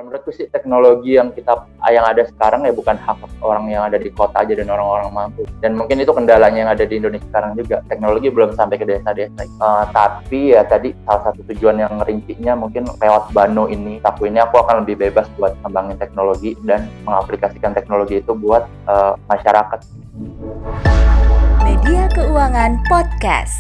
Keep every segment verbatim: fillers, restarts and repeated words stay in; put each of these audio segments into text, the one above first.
Kalau menurutku sih teknologi yang kita yang ada sekarang ya bukan hak orang yang ada di kota aja dan orang-orang mampu. Dan mungkin itu kendalanya yang ada di Indonesia sekarang juga. Teknologi belum sampai ke desa-desa. Uh, tapi ya tadi salah satu tujuan yang ngerincinya mungkin lewat Bano ini, aku ini aku akan lebih bebas buat kembangin teknologi dan mengaplikasikan teknologi itu buat uh, masyarakat. Media Keuangan Podcast.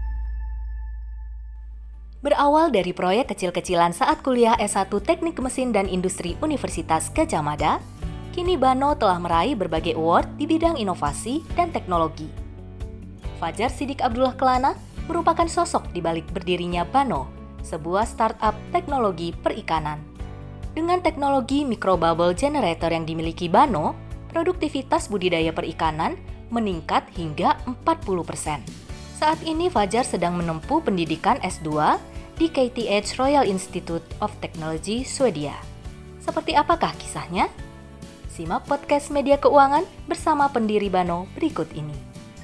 Berawal dari proyek kecil-kecilan saat kuliah S satu Teknik Mesin dan Industri Universitas Gadjah Mada, kini Bano telah meraih berbagai award di bidang inovasi dan teknologi. Fajar Sidik Abdullah Kelana merupakan sosok di balik berdirinya Bano, sebuah startup teknologi perikanan. Dengan teknologi microbubble generator yang dimiliki Bano, produktivitas budidaya perikanan meningkat hingga empat puluh persen. Saat ini Fajar sedang menempuh pendidikan S dua di K T H Royal Institute of Technology, Swedia. Seperti apakah kisahnya? Simak podcast Media Keuangan bersama pendiri Bano berikut ini.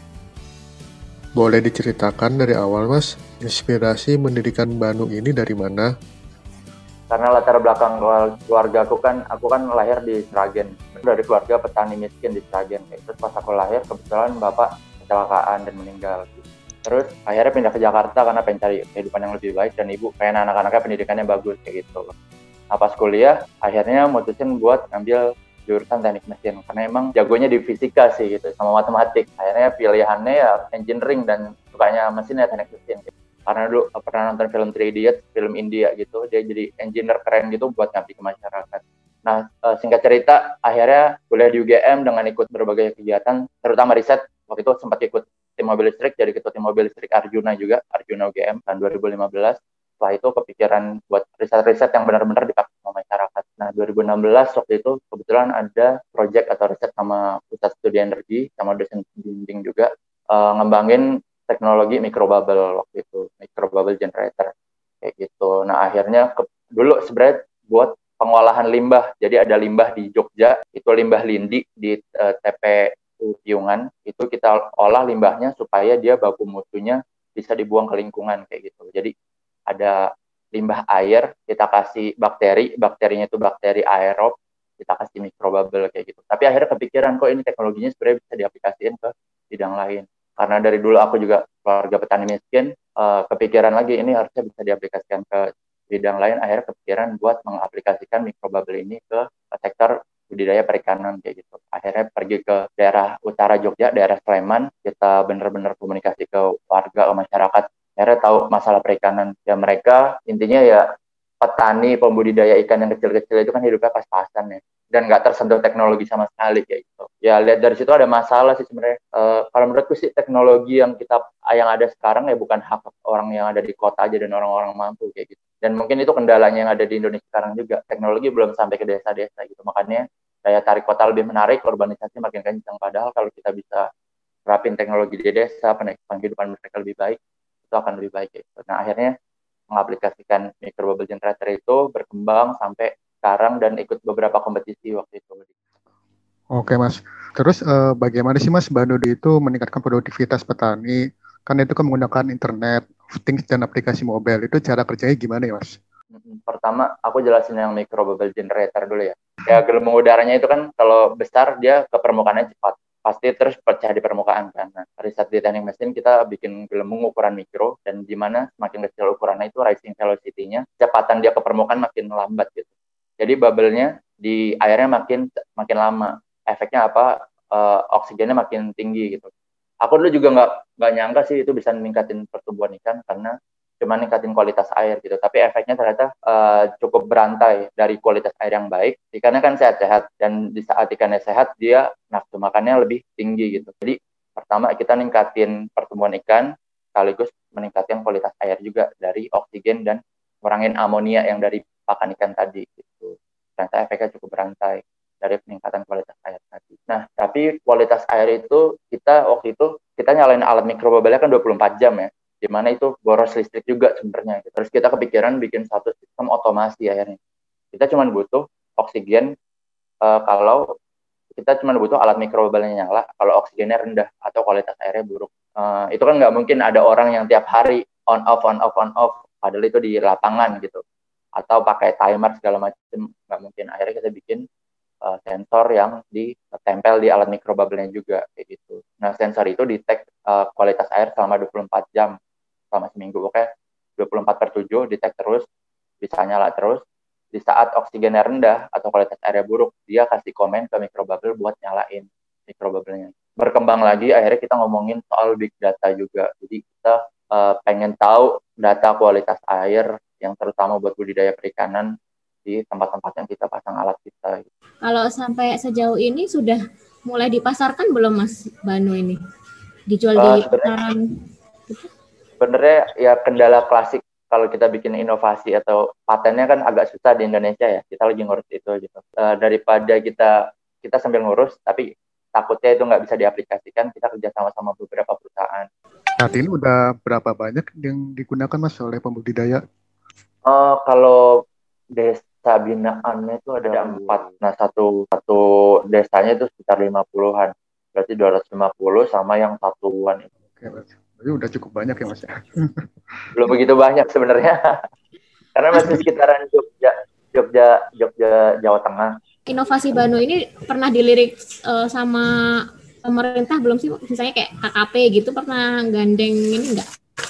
Boleh diceritakan dari awal, Mas, inspirasi mendirikan Bano ini dari mana? Karena latar belakang keluarga aku kan, aku kan lahir di Sragen, dari keluarga petani miskin di Sragen. Terus pas aku lahir kebetulan bapak kecelakaan dan meninggal. Terus akhirnya pindah ke Jakarta karena pengen cari kehidupan yang lebih baik dan ibu pengen anak-anaknya pendidikannya bagus kayak gitu. Nah pas kuliah akhirnya mutusin buat ngambil jurusan teknik mesin karena emang jagonya di fisika sih gitu sama matematik. Akhirnya pilihannya ya engineering dan sukanya mesin ya teknik mesin gitu. Karena dulu pernah nonton film Three Idiots, film India gitu, dia jadi engineer keren gitu buat ngabdi ke masyarakat. Nah singkat cerita akhirnya kuliah di U G M dengan ikut berbagai kegiatan terutama riset. Waktu itu sempat ikut tim mobil listrik, jadi ketua tim mobil listrik Arjuna juga, Arjuna U G M tahun dua ribu lima belas. Setelah itu kepikiran buat riset-riset yang benar-benar dipakai sama masyarakat. Nah dua ribu enam belas waktu itu kebetulan ada project atau riset sama Pusat Studi Energi, sama dosen bimbing juga, uh, ngembangin teknologi microbubble waktu itu, microbubble generator, kayak gitu. Nah akhirnya ke, dulu sebenarnya buat pengolahan limbah, jadi ada limbah di Jogja, itu limbah lindi di uh, T P Piungan, itu kita olah limbahnya supaya dia baku mutunya bisa dibuang ke lingkungan kayak gitu. Jadi ada limbah air, kita kasih bakteri, bakterinya itu bakteri aerob, kita kasih microbubble kayak gitu. Tapi akhirnya kepikiran kok ini teknologinya sebenarnya bisa diaplikasikan ke bidang lain. Karena dari dulu aku juga keluarga petani miskin, uh, kepikiran lagi ini harusnya bisa diaplikasikan ke bidang lain. Akhirnya kepikiran buat mengaplikasikan microbubble ini ke sektor budidaya perikanan kayak gitu. Akhirnya pergi ke daerah utara Jogja, daerah Sleman, kita benar-benar komunikasi ke warga, ke masyarakat. Akhirnya tahu masalah perikanan. Ya mereka intinya ya petani pembudidaya ikan yang kecil-kecil itu kan hidupnya pas-pasan ya. Dan nggak tersentuh teknologi sama sekali kayak gitu. Ya lihat dari situ ada masalah sih sebenarnya. Uh, kalau menurutku sih teknologi yang kita yang ada sekarang ya bukan hak orang yang ada di kota aja dan orang-orang mampu kayak gitu. Dan mungkin itu kendalanya yang ada di Indonesia sekarang juga. Teknologi belum sampai ke desa-desa gitu. Makanya daya tarik kota lebih menarik, urbanisasi makin kencang. Padahal kalau kita bisa terapin teknologi di desa, penghidupan mereka lebih baik, itu akan lebih baik gitu. Nah akhirnya mengaplikasikan microbubble generator itu berkembang sampai sekarang dan ikut beberapa kompetisi waktu itu. Oke Mas, terus eh, bagaimana sih Mas Bano itu meningkatkan produktivitas petani? Kan itu kan menggunakan internet, things dan aplikasi mobile. Itu cara kerjanya gimana ya Mas? Pertama, aku jelasin yang microbubble generator dulu ya. Ya gelembung udaranya itu kan kalau besar dia ke permukaannya cepat. Pasti terus pecah di permukaan kan. Nah, riset di teknik mesin kita bikin gelembung ukuran mikro dan di mana semakin kecil ukurannya itu rising velocity-nya, kecepatan dia ke permukaan makin lambat gitu. Jadi bubble-nya di airnya makin makin lama. Efeknya apa? Uh, oksigennya makin tinggi gitu. Aku dulu juga nggak nggak nyangka sih itu bisa meningkatin pertumbuhan ikan karena cuma ningkatin kualitas air gitu. Tapi efeknya ternyata uh, cukup berantai dari kualitas air yang baik. Ikannya kan sehat-sehat dan di saat ikannya sehat dia nafsu makannya lebih tinggi gitu. Jadi pertama kita ningkatin pertumbuhan ikan sekaligus meningkatkan kualitas air juga dari oksigen dan ngurangin amonia yang dari pakan ikan tadi gitu. Ternyata efeknya cukup berantai dari peningkatan kualitas air tadi. Nah, tapi kualitas air itu kita waktu itu kita nyalain alat mikrobubble kan dua puluh empat jam ya. Di mana itu boros listrik juga sebenarnya. Terus kita kepikiran bikin satu sistem otomasi akhirnya. Kita cuma butuh oksigen uh, kalau kita cuma butuh alat mikrobubble-nya nyala kalau oksigennya rendah atau kualitas airnya buruk. Uh, itu kan nggak mungkin ada orang yang tiap hari on off on off on off padahal itu di lapangan gitu. atau pakai timer segala macam, nggak mungkin. Akhirnya kita bikin uh, sensor yang ditempel di alat mikrobubble-nya juga kayak gitu. Nah, sensor itu detect uh, kualitas air selama dua puluh empat jam, selama seminggu. Oke, dua puluh empat per tujuh detect terus, bisa nyala terus. Di saat oksigennya rendah atau kualitas airnya buruk, dia kasih komen ke mikrobubble buat nyalain mikrobubble-nya. Berkembang lagi, akhirnya kita ngomongin soal big data juga. Jadi kita uh, pengen tahu data kualitas air yang terutama buat budidaya perikanan di tempat-tempat yang kita pasang alat kita. Kalau sampai sejauh ini sudah mulai dipasarkan belum Mas Banu ini? Dijual uh, di pasaran? Sebenarnya ya kendala klasik kalau kita bikin inovasi atau patennya kan agak susah di Indonesia ya. Kita lagi ngurus itu gitu. Uh, daripada kita kita sambil ngurus, tapi takutnya itu nggak bisa diaplikasikan, kita kerja sama-sama beberapa perusahaan. Saat ini udah berapa banyak yang digunakan Mas oleh pembudidaya? Uh, kalau desa binaannya itu ada empat. Nah, satu satu desanya itu sekitar lima puluhan. Berarti dua ratus lima puluh sama yang satuan itu. Oke, Mas. Jadi udah cukup banyak ya Mas ya? Belum begitu banyak sebenarnya. Karena masih sekitaran Jogja, Jogja, Jogja, Jawa Tengah. Inovasi Banu ini pernah dilirik uh, sama pemerintah belum sih? Misalnya kayak K K P gitu, pernah gandeng ini enggak?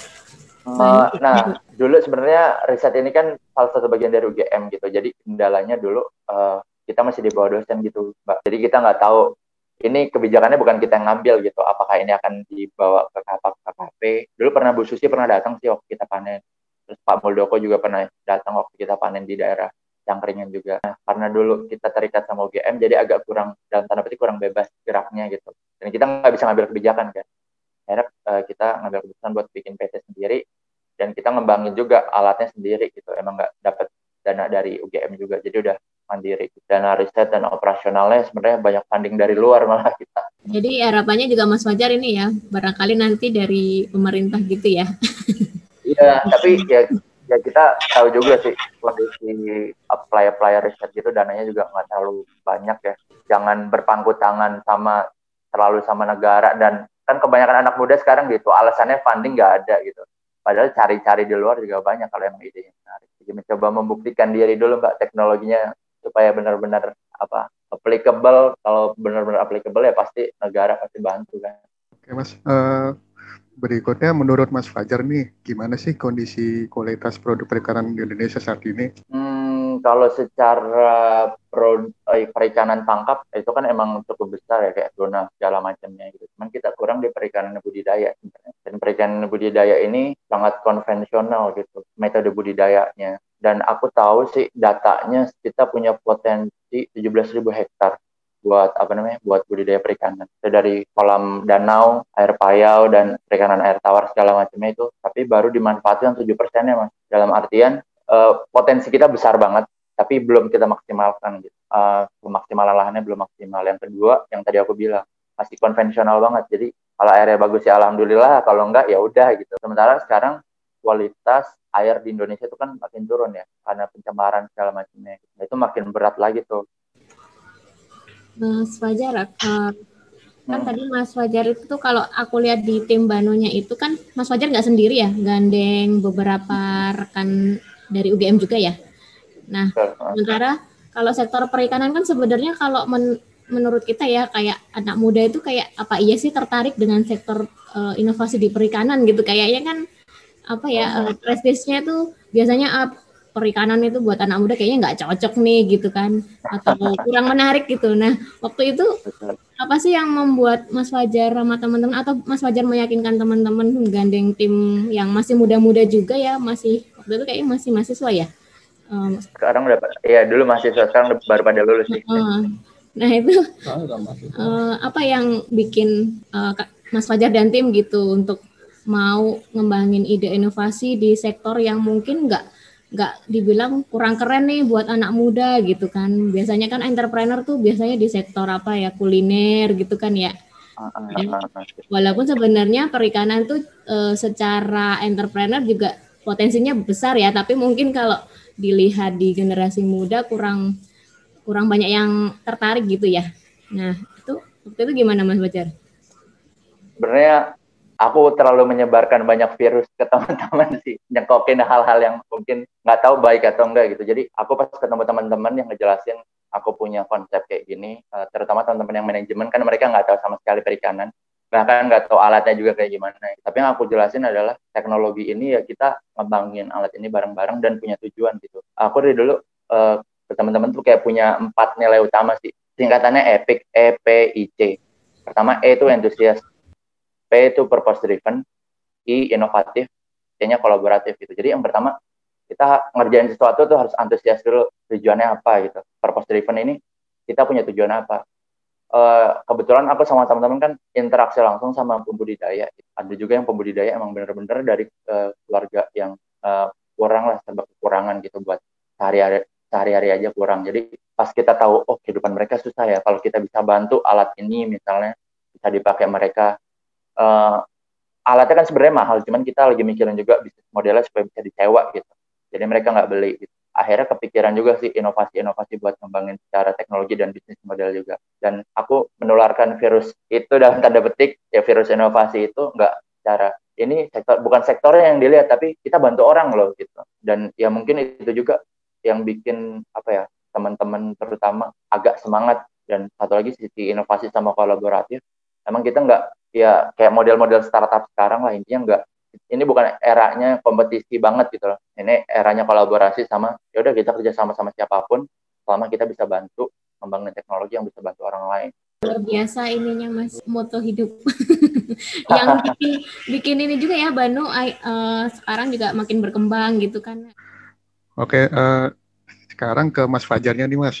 Uh, nah, dulu sebenarnya riset ini kan salah satu bagian dari U G M gitu. Jadi kendalanya dulu uh, kita masih di bawah dosen gitu, Mbak. Jadi kita nggak tahu ini kebijakannya bukan kita yang ngambil gitu. Apakah ini akan dibawa ke K K P? Dulu pernah Bu Susi pernah datang sih waktu kita panen. Terus Pak Muldoko juga pernah datang waktu kita panen di daerah Cangkringan juga. Nah, karena dulu kita terikat sama U G M, jadi agak kurang, dalam tanda petik kurang bebas geraknya gitu. Dan kita nggak bisa ngambil kebijakan kan. Akhirnya uh, kita ngambil keputusan buat bikin P T sendiri, dan kita ngembangin juga alatnya sendiri gitu. Emang nggak dapat dana dari U G M juga, jadi udah mandiri. Dana riset dan operasionalnya sebenarnya banyak funding dari luar malah kita. Jadi harapannya juga Mas Fajar ini ya, barangkali nanti dari pemerintah gitu ya. Iya, tapi ya ya kita tahu juga sih kondisi apply-apply riset gitu dananya juga nggak terlalu banyak ya. Jangan berpangku tangan sama terlalu sama negara, dan kan kebanyakan anak muda sekarang gitu alasannya funding nggak ada gitu. Padahal cari-cari di luar juga banyak kalau yang idenya menarik. Jadi mencoba membuktikan diri dulu Mbak teknologinya supaya benar-benar apa applicable. Kalau benar-benar applicable ya pasti negara pasti bantu kan. Oke Mas. Uh... Berikutnya, menurut Mas Fajar nih, gimana sih kondisi kualitas produk perikanan di Indonesia saat ini? Hmm, kalau secara pro, eh, perikanan tangkap, itu kan emang cukup besar ya, kayak tuna, segala macamnya gitu. Cuman kita kurang di perikanan budidaya sebenarnya. Dan perikanan budidaya ini sangat konvensional gitu, metode budidayanya. Dan aku tahu sih datanya kita punya potensi tujuh belas ribu hektar. buat apa namanya buat budidaya perikanan. Itu dari kolam danau, air payau dan perikanan air tawar segala macamnya itu, tapi baru dimanfaatkan tujuh persen ya Mas. Dalam artian uh, potensi kita besar banget, tapi belum kita maksimalkan gitu. Uh, pemaksimalan lahannya belum maksimal. Yang kedua, yang tadi aku bilang, masih konvensional banget. Jadi kalau airnya bagus ya alhamdulillah, kalau enggak ya udah gitu. Sementara sekarang kualitas air di Indonesia itu kan makin turun ya karena pencemaran segala macamnya. Nah, itu makin berat lagi tuh. Mas Fajar, uh, kan hmm. tadi Mas Fajar itu tuh kalau aku lihat di tim Banonya itu kan Mas Fajar nggak sendiri ya, gandeng beberapa rekan dari U G M juga ya. Nah, sementara kalau sektor perikanan kan sebenarnya kalau men, menurut kita ya kayak anak muda itu kayak apa iya sih tertarik dengan sektor uh, inovasi di perikanan gitu, kayaknya kan apa ya uh, prestisnya tuh biasanya uh, perikanan itu buat anak muda kayaknya nggak cocok nih gitu kan, atau kurang menarik gitu. Nah, waktu itu apa sih yang membuat Mas Fajar sama teman-teman, atau Mas Fajar meyakinkan teman-teman menggandeng tim yang masih muda-muda juga ya, masih waktu itu kayaknya masih mahasiswa ya? Um, sekarang udah, ya dulu mahasiswa, sekarang baru pada lulus sih. Uh, nah itu uh, apa yang bikin uh, Mas Fajar dan tim gitu untuk mau ngembangin ide inovasi di sektor yang mungkin nggak nggak dibilang kurang keren nih buat anak muda gitu kan. Biasanya kan entrepreneur tuh biasanya di sektor apa ya, kuliner gitu kan ya. Dan walaupun sebenarnya perikanan tuh e, secara entrepreneur juga potensinya besar ya, tapi mungkin kalau dilihat di generasi muda kurang kurang banyak yang tertarik gitu ya. Nah, itu waktu itu gimana Mas Fajar? Sebenarnya aku terlalu menyebarkan banyak virus ke teman-teman sih, nyengkokin hal-hal yang mungkin nggak tahu baik atau enggak gitu. Jadi aku pas ketemu teman-teman yang ngejelasin aku punya konsep kayak gini, uh, terutama teman-teman yang manajemen kan mereka nggak tahu sama sekali perikanan, bahkan nggak tahu alatnya juga kayak gimana. Tapi yang aku jelasin adalah teknologi ini ya kita ngembangin alat ini bareng-bareng dan punya tujuan gitu. Aku dari dulu uh, ke teman-teman tuh kayak punya empat nilai utama sih. Singkatannya EPIC, E P I C. Pertama E itu enthusiast, P itu purpose driven, I inovatif, C-nya kolaboratif gitu. Jadi yang pertama kita ngerjain sesuatu tuh harus antusias dulu, tujuannya apa gitu. Purpose driven ini kita punya tujuan apa. Uh, kebetulan aku sama teman-teman kan interaksi langsung sama pembudidaya. Ada juga yang pembudidaya emang benar-benar dari uh, keluarga yang uh, kurang lah, serba kekurangan gitu buat sehari-hari sehari-hari aja kurang. Jadi pas kita tahu oh kehidupan mereka susah ya, kalau kita bisa bantu alat ini misalnya bisa dipakai mereka. Uh, alatnya kan sebenarnya mahal, cuman kita lagi mikirin juga bisnis modelnya supaya bisa disewa gitu. Jadi mereka nggak beli gitu. Akhirnya kepikiran juga sih inovasi-inovasi buat ngembangin secara teknologi dan bisnis model juga. Dan aku menularkan virus itu dalam tanda petik, ya virus inovasi itu nggak secara, ini sektor, bukan sektornya yang dilihat, tapi kita bantu orang loh gitu. Dan ya mungkin itu juga yang bikin apa ya teman-teman terutama agak semangat. Dan satu lagi sisi inovasi sama kolaboratif, emang kita nggak ya kayak model-model startup sekarang lah, intinya nggak, ini bukan eranya kompetisi banget gitu loh, ini eranya kolaborasi sama ya udah kita kerja sama-sama siapapun selama kita bisa bantu membangun teknologi yang bisa bantu orang lain. Luar biasa ininya Mas, moto hidup. Yang bikin bikin ini juga ya Bano uh, sekarang juga makin berkembang gitu kan. Oke, uh, sekarang ke Mas Fajarnya nih Mas.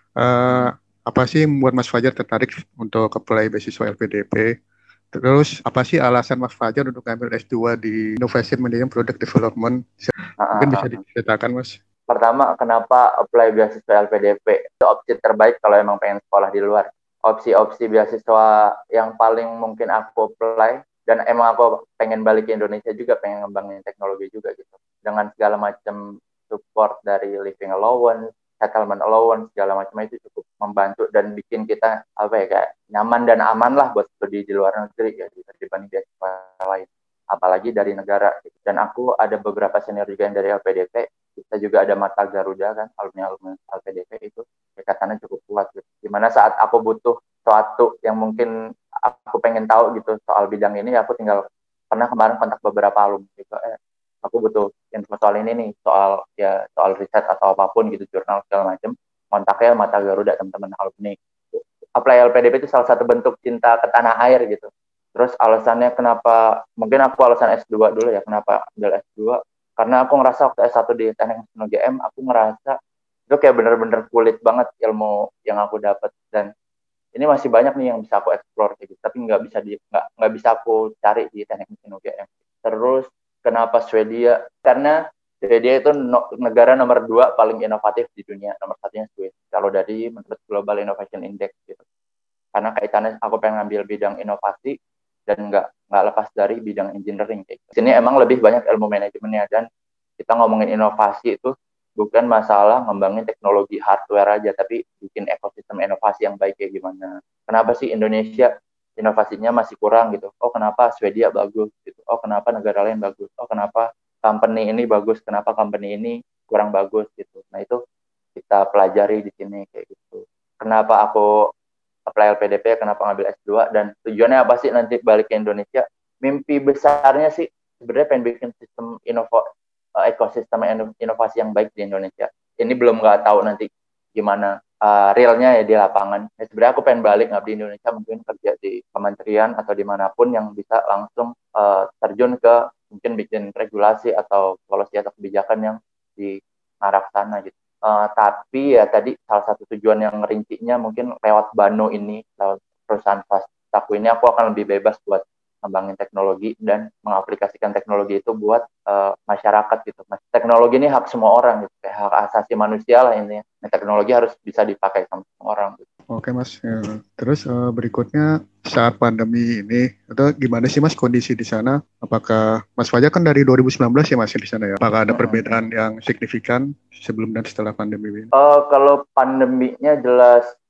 Uh, apa sih yang membuat Mas Fajar tertarik untuk apply beasiswa L P D P? Terus apa sih alasan Mas Fajar untuk ngambil S dua di Innovation Management Product Development? Mungkin bisa diceritakan Mas. Pertama, kenapa apply beasiswa L P D P? Itu opsi terbaik kalau emang pengen sekolah di luar. Opsi-opsi beasiswa yang paling mungkin aku apply, dan emang aku pengen balik ke Indonesia juga, pengen ngembangin teknologi juga gitu. Dengan segala macam support dari living allowance, settlement allowance, segala macam itu cukup membantu dan bikin kita apa ya kayak nyaman dan aman lah buat studi di luar negeri ya dibanding beasiswa lain, apalagi dari negara gitu. Dan aku ada beberapa senior juga yang dari L P D P, kita juga ada Mata Garuda kan, alumni-alumni L P D P itu ikatannya cukup kuat gitu. Dimana saat aku butuh sesuatu yang mungkin aku pengen tahu gitu soal bidang ini, aku tinggal pernah kemarin kontak beberapa alumni gitu, eh aku butuh info soal ini nih, soal ya soal riset atau apapun gitu, jurnal segala macam, kontaknya Mata Garuda teman-teman alumni. Apply L P D P itu salah satu bentuk cinta ke tanah air gitu. Terus alasannya kenapa, mungkin aku alasan S dua dulu ya, kenapa ambil S dua, karena aku ngerasa waktu S satu di Teknik Mesin U G M, aku ngerasa itu kayak bener-bener kulit banget ilmu yang aku dapat, dan ini masih banyak nih yang bisa aku explore gitu, tapi nggak bisa di nggak nggak bisa aku cari di Teknik Mesin U G M. Terus kenapa Swedia? Karena Swedia itu no, negara nomor dua paling inovatif di dunia, nomor satunya Swedia kalau dari menurut Global Innovation Index gitu. Karena kaitannya aku pengen ngambil bidang inovasi dan nggak nggak lepas dari bidang engineering kayak gitu. Sini emang lebih banyak ilmu manajemennya, dan kita ngomongin inovasi itu bukan masalah ngembangin teknologi hardware aja, tapi bikin ekosistem inovasi yang baik kayak gimana. Kenapa sih Indonesia inovasinya masih kurang gitu? Oh kenapa Swedia bagus gitu? Oh kenapa negara lain bagus? Oh kenapa company ini bagus? Kenapa company ini kurang bagus gitu? Nah itu kita pelajari di sini kayak gitu. Kenapa aku apply L P D P, kenapa ngambil S dua, dan tujuannya apa sih nanti balik ke Indonesia? Mimpi besarnya sih sebenarnya pengen bikin sistem inova, ekosistem inovasi yang baik di Indonesia. Ini belum nggak tahu nanti gimana uh, realnya ya di lapangan. Ya, sebenarnya aku pengen balik ngabdi di Indonesia, mungkin kerja di kementerian atau dimanapun yang bisa langsung uh, terjun ke mungkin bikin regulasi atau policy atau kebijakan yang di arah sana gitu. Uh, tapi ya tadi salah satu tujuan yang rincinya mungkin lewat Bano ini, lewat perusahaan Fastaku ini, aku akan lebih bebas buat ngembangin teknologi dan mengaplikasikan teknologi itu buat uh, masyarakat gitu. Teknologi ini hak semua orang gitu, kayak hak asasi manusia lah intinya. Nah, teknologi harus bisa dipakai sama semua orang gitu. Oke Mas, ya. Terus uh, berikutnya saat pandemi ini, atau gimana sih Mas kondisi di sana? Apakah Mas Fajar kan dari dua ribu sembilan belas ya masih di sana ya? Apakah ada perbedaan yang signifikan sebelum dan setelah pandemi ini? Uh, kalau pandeminya jelas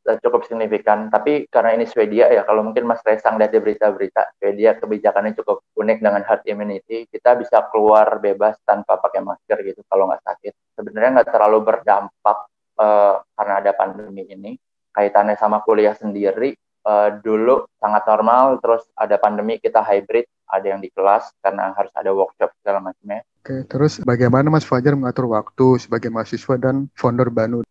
uh, cukup signifikan. Tapi karena ini Swedia ya, kalau mungkin Mas Resang lihat di berita-berita, Swedia kebijakannya cukup unik dengan herd immunity. Kita bisa keluar bebas tanpa pakai masker gitu kalau nggak sakit. Sebenarnya nggak terlalu berdampak uh, karena ada pandemi ini. Kaitannya sama kuliah sendiri, uh, dulu sangat normal, terus ada pandemi kita hybrid, ada yang di kelas karena harus ada workshop segala macamnya. Oke, terus bagaimana Mas Fajar mengatur waktu sebagai mahasiswa dan founder Banu?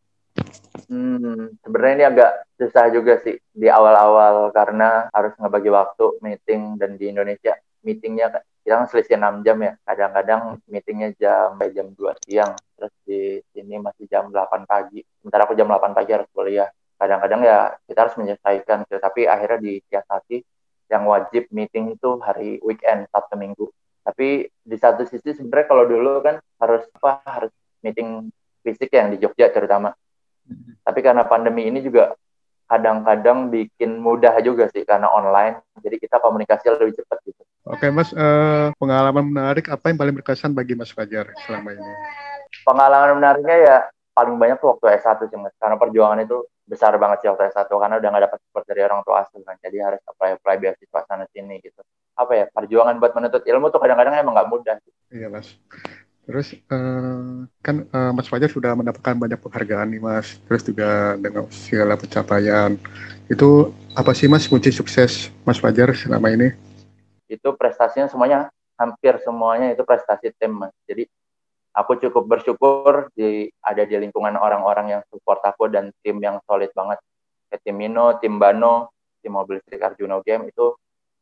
Hmm, sebenarnya ini agak susah juga sih di awal-awal karena harus ngebagi waktu meeting, dan di Indonesia meetingnya kita kan selisih enam jam ya. Kadang-kadang meetingnya jam sampai jam dua siang, terus di sini masih jam delapan pagi. Sementara aku jam delapan pagi harus kuliah. Kadang-kadang ya kita harus menyesuaikan, tapi akhirnya disiasati yang wajib meeting itu hari weekend, Sabtu Minggu. Tapi di satu sisi sebenarnya kalau dulu kan harus apa harus meeting fisik yang di Jogja terutama. Tapi karena pandemi ini juga kadang-kadang bikin mudah juga sih karena online, jadi kita komunikasi lebih cepat gitu. Oke Mas, eh, pengalaman menarik apa yang paling berkesan bagi Mas Fajar selama ini? Pengalaman menariknya ya paling banyak tuh waktu S satu sih Mas, karena perjuangan itu besar banget sih waktu S satu, karena udah nggak dapat support dari orang tua asuh kan, jadi harus apply-apply beasiswa sana sini gitu. Apa ya, perjuangan buat menuntut ilmu tuh kadang-kadang emang nggak mudah. Iya Mas. Terus uh, kan uh, Mas Fajar sudah mendapatkan banyak penghargaan nih Mas, terus juga dengan segala pencapaian. Itu apa sih Mas kunci sukses Mas Fajar selama ini? Itu prestasinya semuanya, hampir semuanya itu prestasi tim Mas. Jadi aku cukup bersyukur di, ada di lingkungan orang-orang yang support aku dan tim yang solid banget. Kayak tim Mino, tim Bano, tim Mobil Listrik Arjuna U G M itu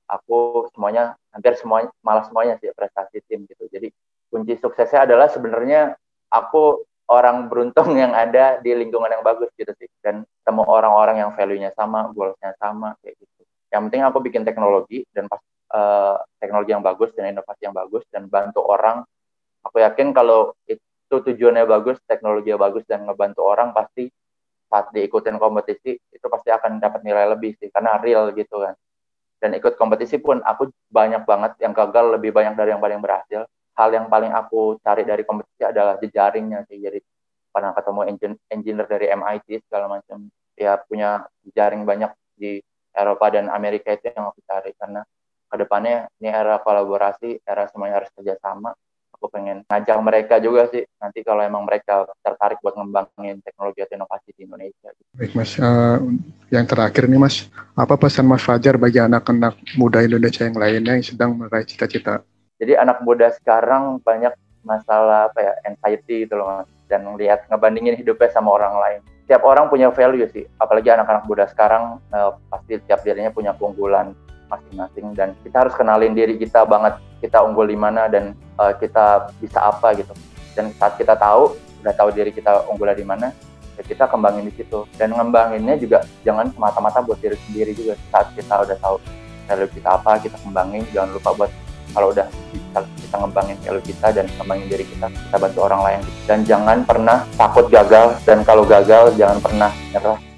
aku semuanya, hampir semuanya, malah semuanya sih prestasi tim gitu. Jadi kunci suksesnya adalah sebenarnya aku orang beruntung yang ada di lingkungan yang bagus gitu sih. Dan temu orang-orang yang value-nya sama, goals-nya sama kayak gitu. Yang penting aku bikin teknologi dan pas uh, teknologi yang bagus dan inovasi yang bagus dan bantu orang. Aku yakin kalau itu tujuannya bagus, teknologinya bagus dan ngebantu orang, pasti saat diikutin kompetisi itu pasti akan dapat nilai lebih sih, karena real gitu kan. Dan ikut kompetisi pun aku banyak banget yang gagal, lebih banyak dari yang paling berhasil. Hal yang paling aku cari dari kompetisi adalah jejaringnya sih. Jadi pernah ketemu engin- engineer dari M I T segala macam, ya punya jejaring banyak di Eropa dan Amerika, itu yang aku cari, karena kedepannya ini era kolaborasi, era semuanya harus kerjasama. Aku pengen ngajak mereka juga sih, nanti kalau emang mereka tertarik buat ngembangin teknologi atau inovasi di Indonesia. Baik Mas, uh, yang terakhir nih Mas, apa pesan Mas Fajar bagi anak-anak muda Indonesia yang lainnya yang sedang meraih cita-cita? Jadi anak muda sekarang banyak masalah apa ya, anxiety gitu loh Mas, dan ngelihat ngebandingin hidupnya sama orang lain. Setiap orang punya value sih, apalagi anak-anak muda sekarang uh, pasti setiap dirinya punya keunggulan masing-masing, dan kita harus kenalin diri kita banget, kita unggul di mana dan uh, kita bisa apa gitu. Dan saat kita tahu, udah tahu diri kita unggulnya di mana, ya kita kembangin di situ. Dan ngembanginnya juga jangan semata-mata buat diri sendiri juga. Saat kita udah tahu value kita apa, kita kembangin. Jangan lupa buat kalau udah bisa kita ngembangin value kita dan kembangin diri kita, kita bantu orang lain. Dan jangan pernah takut gagal, dan kalau gagal jangan pernah nyerah.